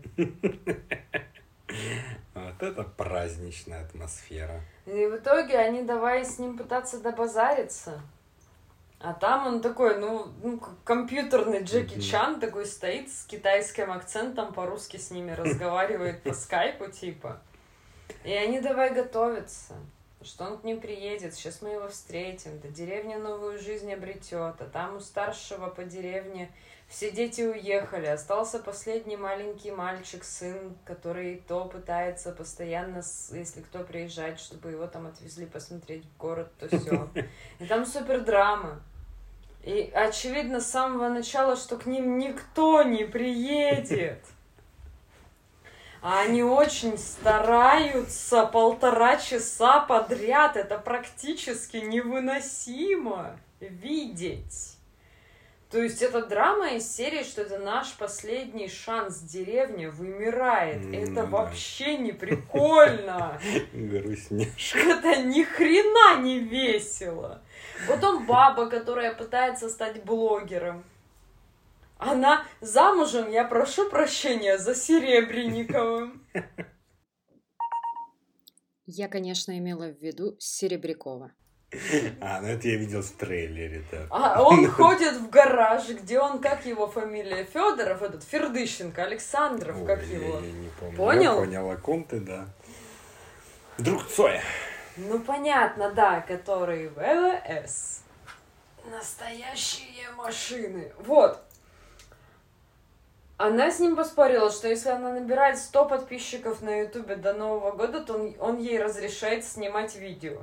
Вот это праздничная атмосфера. И в итоге они давай с ним пытаться добазариться. А там он такой, ну, ну компьютерный Джеки mm-hmm. Чан такой стоит с китайским акцентом, по-русски с ними разговаривает по скайпу типа. И они давай готовятся, что он к ним приедет, сейчас мы его встретим, да деревня новую жизнь обретет, а там у старшего по деревне все дети уехали, остался последний маленький мальчик, сын, который то пытается постоянно, если кто приезжает, чтобы его там отвезли посмотреть в город, то все. И там супер драма. И очевидно с самого начала, что к ним никто не приедет. А они очень стараются полтора часа подряд. Это практически невыносимо видеть. То есть это драма из серии, что это наш последний шанс, деревня вымирает. Mm, это да. Вообще не прикольно. Грустняшка. Это ни хрена не весело. Потом баба, которая пытается стать блогером. Она замужем, я прошу прощения, за Серебренниковым. Я, конечно, имела в виду Серебрякова. А, ну это я видел в трейлере, да. А он ходит в гараж, где он, как его фамилия, Федоров, этот, Фердыщенко, Александров, Ой, как я, его. Я не помню. Понял? Я понял, о ком ты, да. Друг Цоя. Ну, понятно, да, который вэ вэ эс. Настоящие машины. Вот. Она с ним поспорила, что если она набирает сто подписчиков на Ютубе до Нового года, то он, он ей разрешает снимать видео.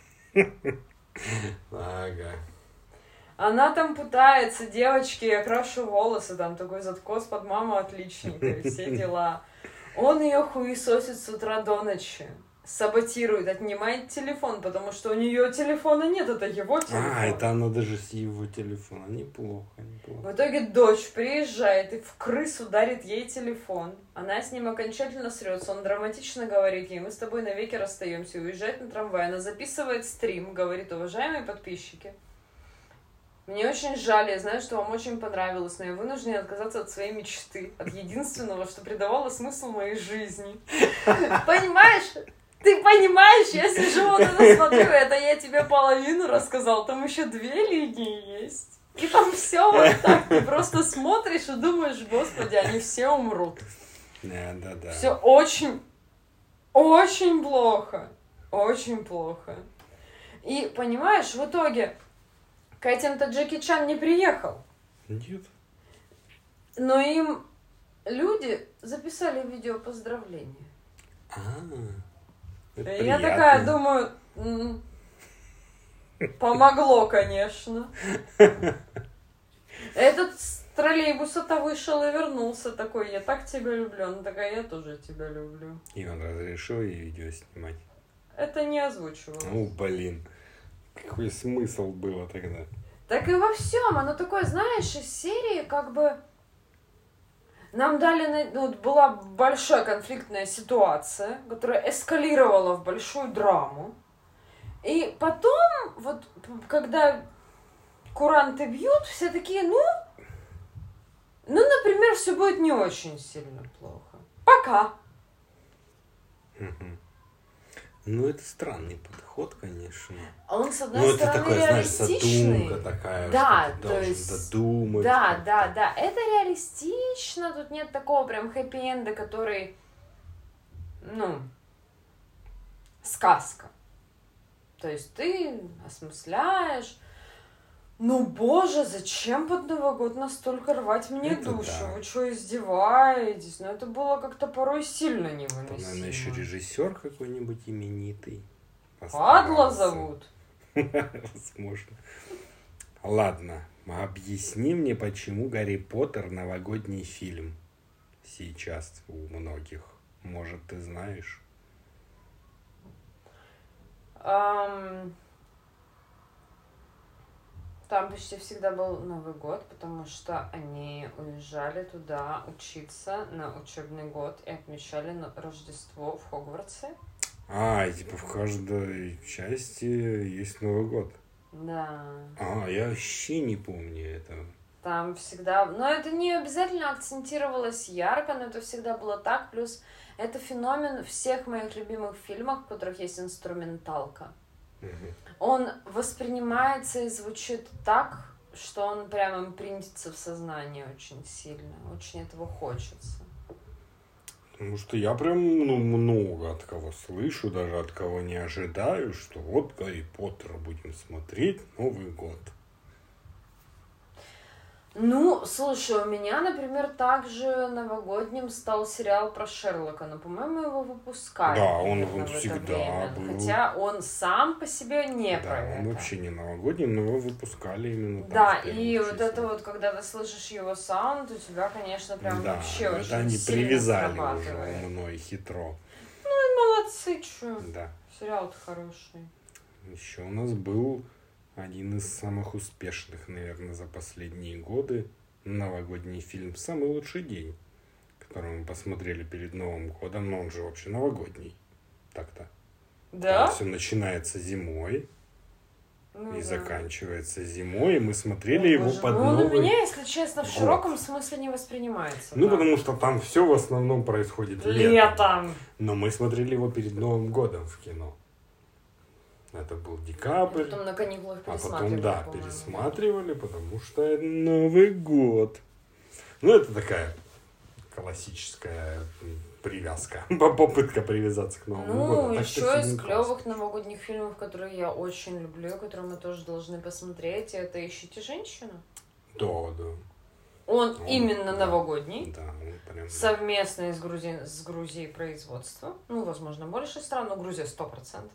Ага. Она там пытается, девочки, я крашу волосы, там такой заткос под маму отличненько, и все дела. Он ее хуесосит с утра до ночи. Саботирует, отнимает телефон, потому что у нее телефона нет, это его телефон. А, это она даже с его телефона. Неплохо, неплохо. В итоге дочь приезжает и в крысу дарит ей телефон. Она с ним окончательно срется. Он драматично говорит ей: мы с тобой навеки расстаемся, уезжает на трамвай. Она записывает стрим, говорит: уважаемые подписчики, мне очень жаль, я знаю, что вам очень понравилось, но я вынуждена отказаться от своей мечты, от единственного, что придавало смысл моей жизни. Понимаешь? Ты понимаешь, я сижу вот это смотрю, это я тебе половину рассказал, там еще две линии есть. И там все вот так, ты просто смотришь и думаешь: господи, они все умрут. Да, да, да. Все очень, очень плохо, очень плохо. И понимаешь, в итоге к этим-то Джеки Чан не приехал. Нет. Но им люди записали видео поздравления. А-а-а. Это я приятно. такая думаю, м-м, помогло, конечно. Этот с троллейбуса-то вышел и вернулся такой: я так тебя люблю. Она такая: я тоже тебя люблю. И он разрешил ей видео снимать? Это не озвучивалось. Ну, блин. Какой смысл было тогда? Так и во всем. Оно такое, знаешь, из серии как бы... Нам дали, ну, была большая конфликтная ситуация, которая эскалировала в большую драму. И потом, вот, когда куранты бьют, все такие: ну, ну, например, все будет не очень сильно плохо. Пока. Ну, это странный подход, конечно. Он, с одной ну, стороны, такое, реалистичный. Знаешь, такая, да, что ты то есть... додумать. Да, как-то. да, да. Это реалистично. Тут нет такого прям хэппи-энда, который, ну, сказка. То есть ты осмысляешь. Ну, боже, зачем под Новый год настолько рвать мне Это душу? да. Вы что, издеваетесь? Ну, это было как-то порой сильно Там, невыносимо. наверное, еще режиссер какой-нибудь именитый. Падла постарался. зовут. Возможно. Ладно, объясни мне, почему Гарри Поттер новогодний фильм сейчас у многих. Может, ты знаешь? Ам, Там почти всегда был Новый год, потому что они уезжали туда учиться на учебный год и отмечали на- Рождество в Хогвартсе. А, и типа в каждой части есть Новый год. Да. А, я вообще не помню этого. Там всегда... Но это не обязательно акцентировалось ярко, но это всегда было так. Плюс это феномен всех моих любимых фильмов, в которых есть инструменталка. Мгм. Он воспринимается и звучит так, что он прям импринтится в сознание очень сильно. Очень этого хочется. Потому что я прям ну, много от кого слышу, даже от кого не ожидаю, что вот Гарри Поттера будем смотреть Новый год. Ну, слушай, у меня, например, также новогодним стал сериал про Шерлока, но, по-моему, его выпускали. Да, он примерно вот в это всегда время. был. Хотя он сам по себе не про Да, это. он вообще не новогодний, но его выпускали именно там. Да, в первых и вот числах. это вот, когда ты слышишь его саунд, у тебя, конечно, прям Да, вообще очень это они сильно привязали срабатывает. уже умно и хитро. Молодцы, чё. Да. Сериал-то хороший. Еще у нас был один из самых успешных, наверное, за последние годы новогодний фильм «Самый лучший день», который мы посмотрели перед Новым годом, но он же вообще новогодний. Так-то. Да? Все начинается зимой Ну, и да. заканчивается зимой, и мы смотрели О, его боже, под ну, он у Новый меня, если честно, в год. широком смысле не воспринимается. Ну, так. потому что там все в основном происходит летом. Летом. Но мы смотрели его перед Новым годом в кино. Это был декабрь. Потом на каникулах А пересматривали, потом, да, по-моему. пересматривали, потому что это Новый год. Ну, это такая классическая м, привязка, попытка привязаться к Новому году. Ну, Так что еще фильм из классный. клевых новогодних фильмов, которые я очень люблю, которые мы тоже должны посмотреть, это «Ищите женщину». Да, да. Он Он, именно да. новогодний. Да, он прям... Совместный с, Грузи... с Грузией производство. Ну, возможно, больше стран, но Грузия сто процентов.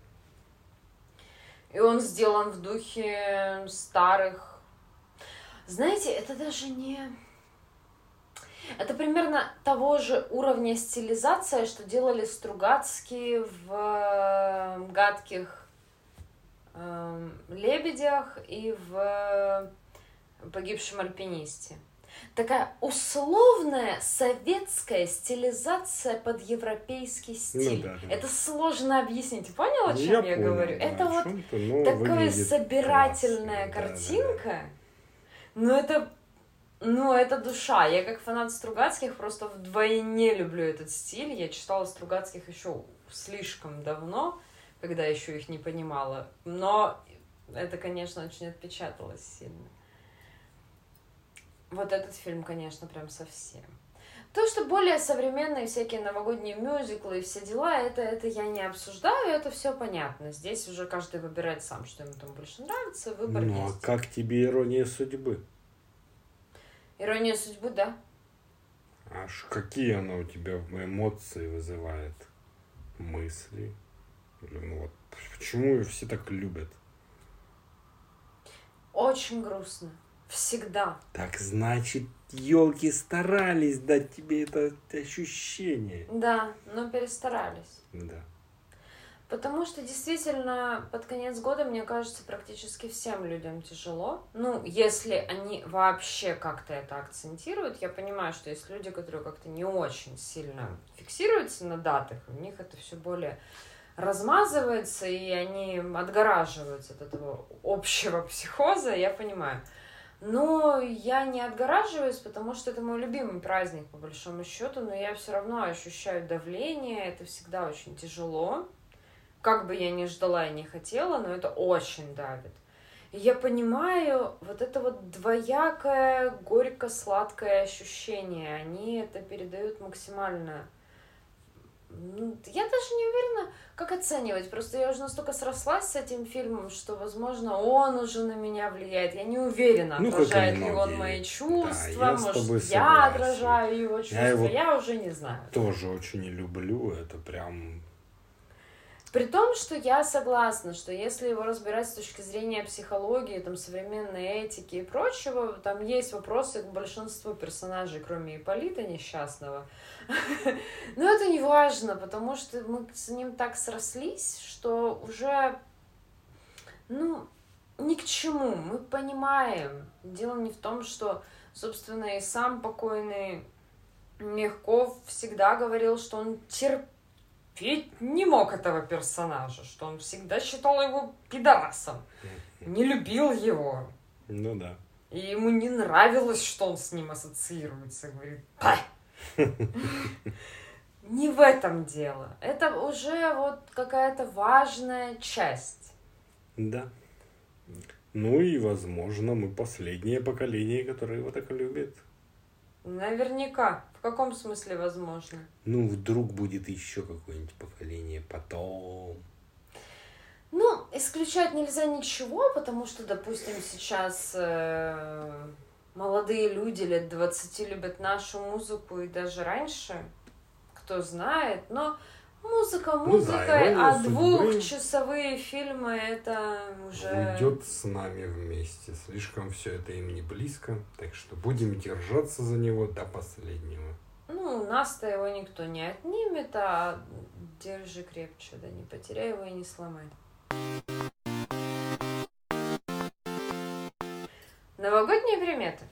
И он сделан в духе старых... Знаете, это даже не... Это примерно того же уровня стилизация, что делали Стругацкие в э, «Гадких э, лебедях» и в «Погибшем альпинисте». Такая условная советская стилизация под европейский стиль. Ну, да, да. Это сложно объяснить. Понял, о Ну, чем я, понял, говорю? да, Это о вот чём-то, но такая выглядит собирательная классно, да, картинка. Но это, ну, это душа. Я как фанат Стругацких просто вдвойне люблю этот стиль. Я читала Стругацких еще слишком давно, когда еще их не понимала. Но это, конечно, очень отпечаталось сильно. Вот этот фильм, конечно, прям совсем. То, что более современные всякие новогодние мюзиклы и все дела, это, это я не обсуждаю, это все понятно. Здесь уже каждый выбирает сам, что ему там больше нравится, да. выбор Ну, а есть. как тебе «Ирония судьбы»? «Ирония судьбы», да. Аж какие она у тебя эмоции вызывает? Мысли? Ну, вот, почему ее все так любят? Очень грустно. Всегда. Так значит, елки старались дать тебе это ощущение. Да, но перестарались. Да. Потому что действительно под конец года, мне кажется, практически всем людям тяжело. Ну, если они вообще как-то это акцентируют. Я понимаю, что есть люди, которые как-то не очень сильно фиксируются на датах, у них это все более размазывается, и они отгораживаются от этого общего психоза, я понимаю. Но я не отгораживаюсь, потому что это мой любимый праздник, по большому счету, но я все равно ощущаю давление, это всегда очень тяжело. Как бы я ни ждала и не хотела, но это очень давит. И я понимаю вот это вот двоякое, горько-сладкое ощущение. Они это передают максимально Ну, я даже не уверена, как оценивать. Просто я уже настолько срослась с этим фильмом, что, возможно, он уже на меня влияет. Я не уверена, ну, отражает ли он мои чувства, да, я может, я отражаю его чувства, я, его я уже не знаю. Тоже очень не люблю, это прям... При том, что я согласна, что если его разбирать с точки зрения психологии, там, современной этики и прочего, там есть вопросы к большинству персонажей, кроме Ипполита несчастного. Но это не важно, потому что мы с ним так срослись, что уже, ну, ни к чему. Мы понимаем. Дело не в том, что, собственно, и сам покойный Мягков всегда говорил, что он терпит. Ведь не мог этого персонажа, что он всегда считал его пидорасом, не любил его. Ну да. И ему не нравилось, что он с ним ассоциируется. Говорит, па! Не в этом дело. Это уже вот какая-то важная часть. Да. Ну и, возможно, мы последнее поколение, которое его так любит. Наверняка. В каком смысле возможно? Ну, вдруг будет еще какое-нибудь поколение потом. Ну, исключать нельзя ничего, потому что, допустим, сейчас э, молодые люди лет двадцати любят нашу музыку и даже раньше, кто знает, но музыка музыкой, ну, да, а двухчасовые фильмы это уже... Уйдет с нами вместе. Слишком все это им не близко, так что будем держаться за него до последнего. Ну, у нас-то его никто не отнимет, а держи крепче, да не потеряй его и не сломай. Новогодние приметы.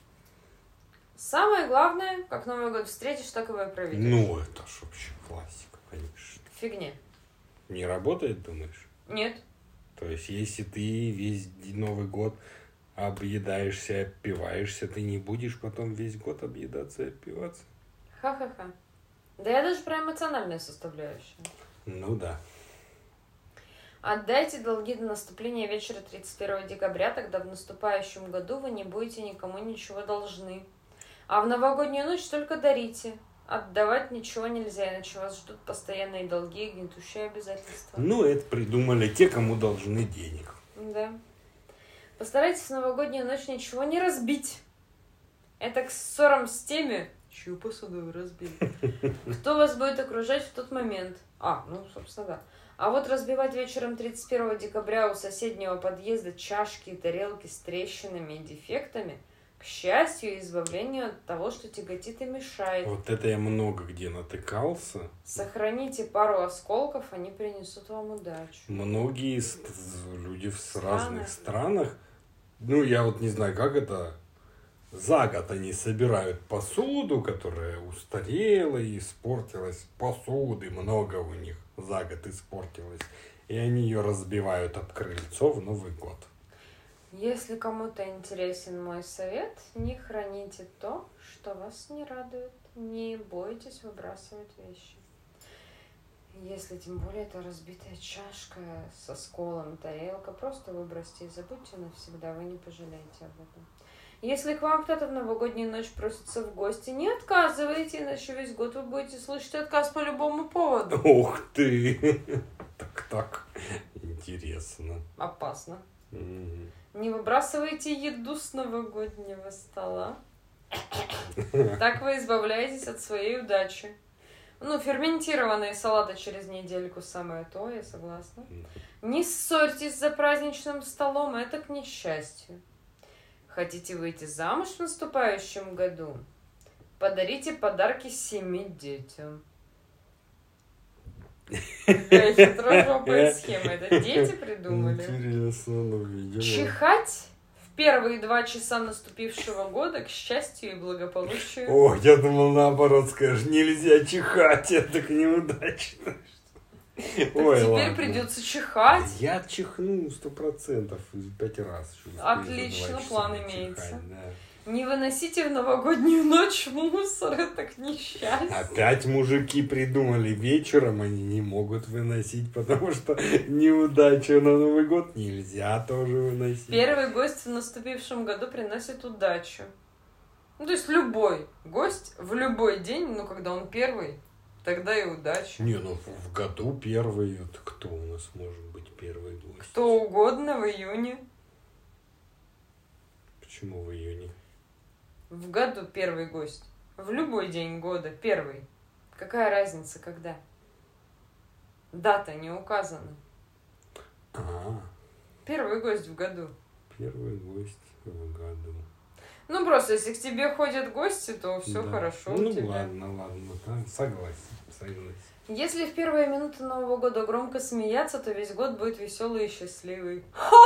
Самое главное, как Новый год встретишь, так его и проведешь. Ну, это ж вообще классика, конечно. Фигня. Не работает, думаешь? Нет. То есть, если ты весь Новый год объедаешься, опиваешься, ты не будешь потом весь год объедаться и опиваться? Ха-ха-ха. Да я даже про эмоциональную составляющую. Ну да. Отдайте долги до наступления вечера тридцать первого декабря, тогда в наступающем году вы не будете никому ничего должны. А в новогоднюю ночь только дарите. Отдавать ничего нельзя, иначе вас ждут постоянные долги и гнетущие обязательства. Ну, это придумали те, кому должны денег. Да. Постарайтесь в новогоднюю ночь ничего не разбить. Это к ссорам с теми, чью посуду вы разбили. Кто вас будет окружать в тот момент? А, ну, собственно, да. А вот разбивать вечером тридцать первого декабря у соседнего подъезда чашки и тарелки с трещинами и дефектами, к счастью и избавлению от того, что тяготит и мешает. Вот это я много где натыкался. Сохраните пару осколков, они принесут вам удачу. Многие люди в разных странах, ну, я вот не знаю, как это... За год они собирают посуду, которая устарела и испортилась. Посуды много у них за год испортилось. И они ее разбивают об крыльцо в Новый год. Если кому-то интересен мой совет, не храните то, что вас не радует. Не бойтесь выбрасывать вещи. Если тем более это разбитая чашка со сколом, тарелка, просто выбросьте и забудьте навсегда, вы не пожалеете об этом. Если к вам кто-то в новогоднюю ночь просится в гости, не отказывайте, иначе весь год вы будете слышать отказ по любому поводу. Ух ты! Так-так, интересно. Опасно. Mm-hmm. Не выбрасывайте еду с новогоднего стола. Так вы избавляетесь от своей удачи. Ну, ферментированные салаты через недельку самое то, я согласна. Не ссорьтесь за праздничным столом, это к несчастью. Хотите выйти замуж в наступающем году? Подарите подарки семи детям. Какая хитрожопая схема. Это дети придумали. Интересно, ну, видимо. Чихать в первые два часа наступившего года к счастью и благополучию. О, я думал, наоборот скажешь, нельзя чихать, это так неудачно. Так Ой, теперь ладно. Придется чихать. Я чихну сто процентов пять раз. Отлично, план имеется. Чихать, да. Не выносите в новогоднюю ночь мусор, это к несчастью. Опять мужики придумали, вечером они не могут выносить, потому что неудача на Новый год нельзя тоже выносить. Первый гость в наступившем году приносит удачу. Ну, то есть любой гость в любой день, ну, когда он первый, Тогда и удачи. Не, ну в году первый, это кто у нас может быть первый гость? Кто угодно в июне. Почему в июне? В году первый гость. В любой день года первый. Какая разница, когда? Дата не указана. А, Первый гость в году. первый гость в году. Ну, просто, если к тебе ходят гости, то все Да. хорошо Ну у тебя. ладно, ладно, да, согласен, согласен. Если в первые минуты Нового года громко смеяться, то весь год будет веселый и счастливый.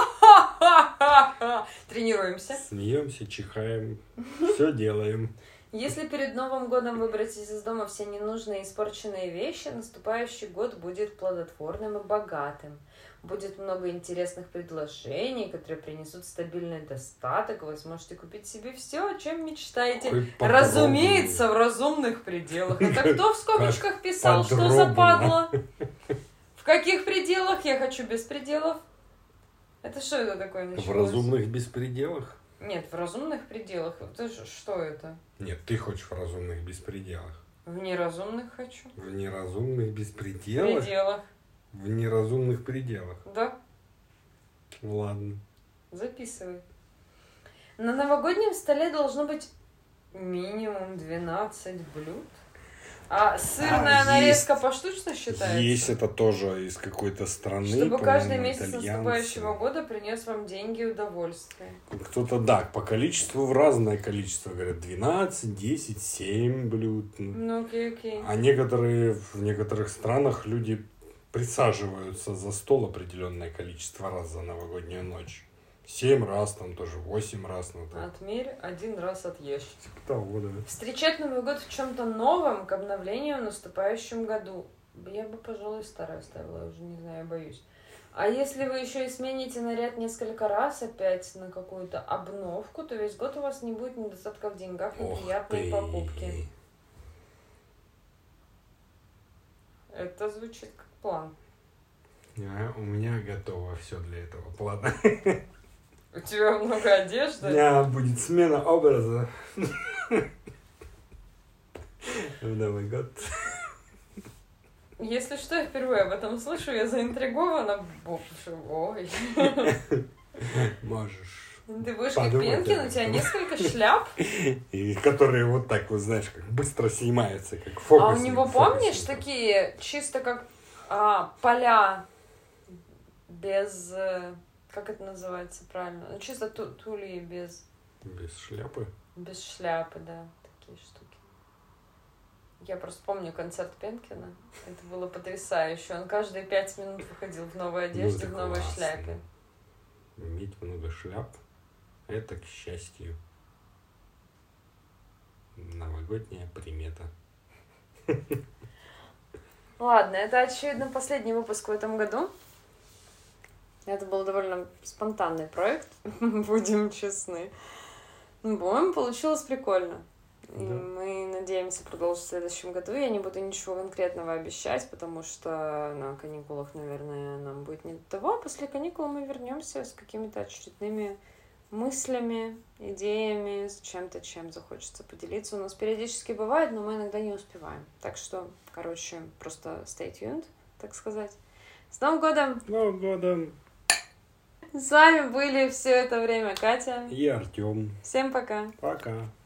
Тренируемся. Смеемся, чихаем, все делаем. Если перед Новым годом выбрать из дома все ненужные и испорченные вещи, наступающий год будет плодотворным и богатым. Будет много интересных предложений, которые принесут стабильный достаток. Вы сможете купить себе все, о чем мечтаете. Какой Разумеется, в разумных пределах. Это кто в скобочках писал, что подробно. западло? В каких пределах? Я хочу без пределов. Это что это такое началось? В разумных беспределах? Нет, в разумных пределах. Это ж- что это? Нет, ты хочешь в разумных беспределах. В неразумных хочу. В неразумных В беспределах? пределах. В неразумных пределах. Да, Ладно. записывай. На новогоднем столе должно быть минимум двенадцать блюд. А сырная А, нарезка есть. поштучно считается? Есть это тоже из какой-то страны. Чтобы каждый по-моему, месяц итальянцы. наступающего года принес вам деньги и удовольствие. Кто-то, да, по количеству в разное количество. Говорят, двенадцать, десять, семь блюд. Ну, Ну окей, окей. А некоторые, в некоторых странах люди присаживаются за стол определенное количество раз за новогоднюю ночь. Семь раз, там тоже восемь раз. Ну, так. Отмерь, один раз отъешь. Типа того, да. Встречать Новый год в чем-то новом к обновлению в наступающем году. Я бы, пожалуй, старое оставила, я уже не знаю, я боюсь. А если вы еще и смените наряд несколько раз опять на какую-то обновку, то весь год у вас не будет недостатка в деньгах на Ох приятные ты. покупки. Это звучит как план. А, у меня готово все для этого плана. У тебя много У одежды? меня будет смена образа в Новый год. Если что, я впервые об этом слышу, я заинтригована. Боже, ой. Можешь. Ты будешь как Подумать Пенкин, об у тебя этом. несколько шляп. И которые вот так, вот знаешь, как быстро снимаются, как А у фокусник. него, помнишь, фокусник. такие чисто как а, поля без... э, Как это называется правильно? Ну, чисто ту- тули без, Без шляпы? без шляпы, да. Такие штуки. Я просто помню концерт Пенкина. Это было потрясающе. Он каждые пять минут выходил в новой одежде, Ну, в новой классно. шляпе. Иметь много шляп — это к счастью. Новогодняя примета. Ладно, это, очевидно, последний выпуск в этом году. Это был довольно спонтанный проект, будем честны. Ну, по-моему, получилось прикольно. И Да. мы надеемся продолжить в следующем году. Я не буду ничего конкретного обещать, потому что на каникулах, наверное, нам будет не до того. А после каникул мы вернемся с какими-то очередными мыслями, идеями, с чем-то, чем захочется поделиться. У нас периодически бывает, но мы иногда не успеваем. Так что, короче, просто stay tuned, так сказать. С Новым годом! С Новым годом! С вами были все это время Катя. И Артем. Всем пока! Пока.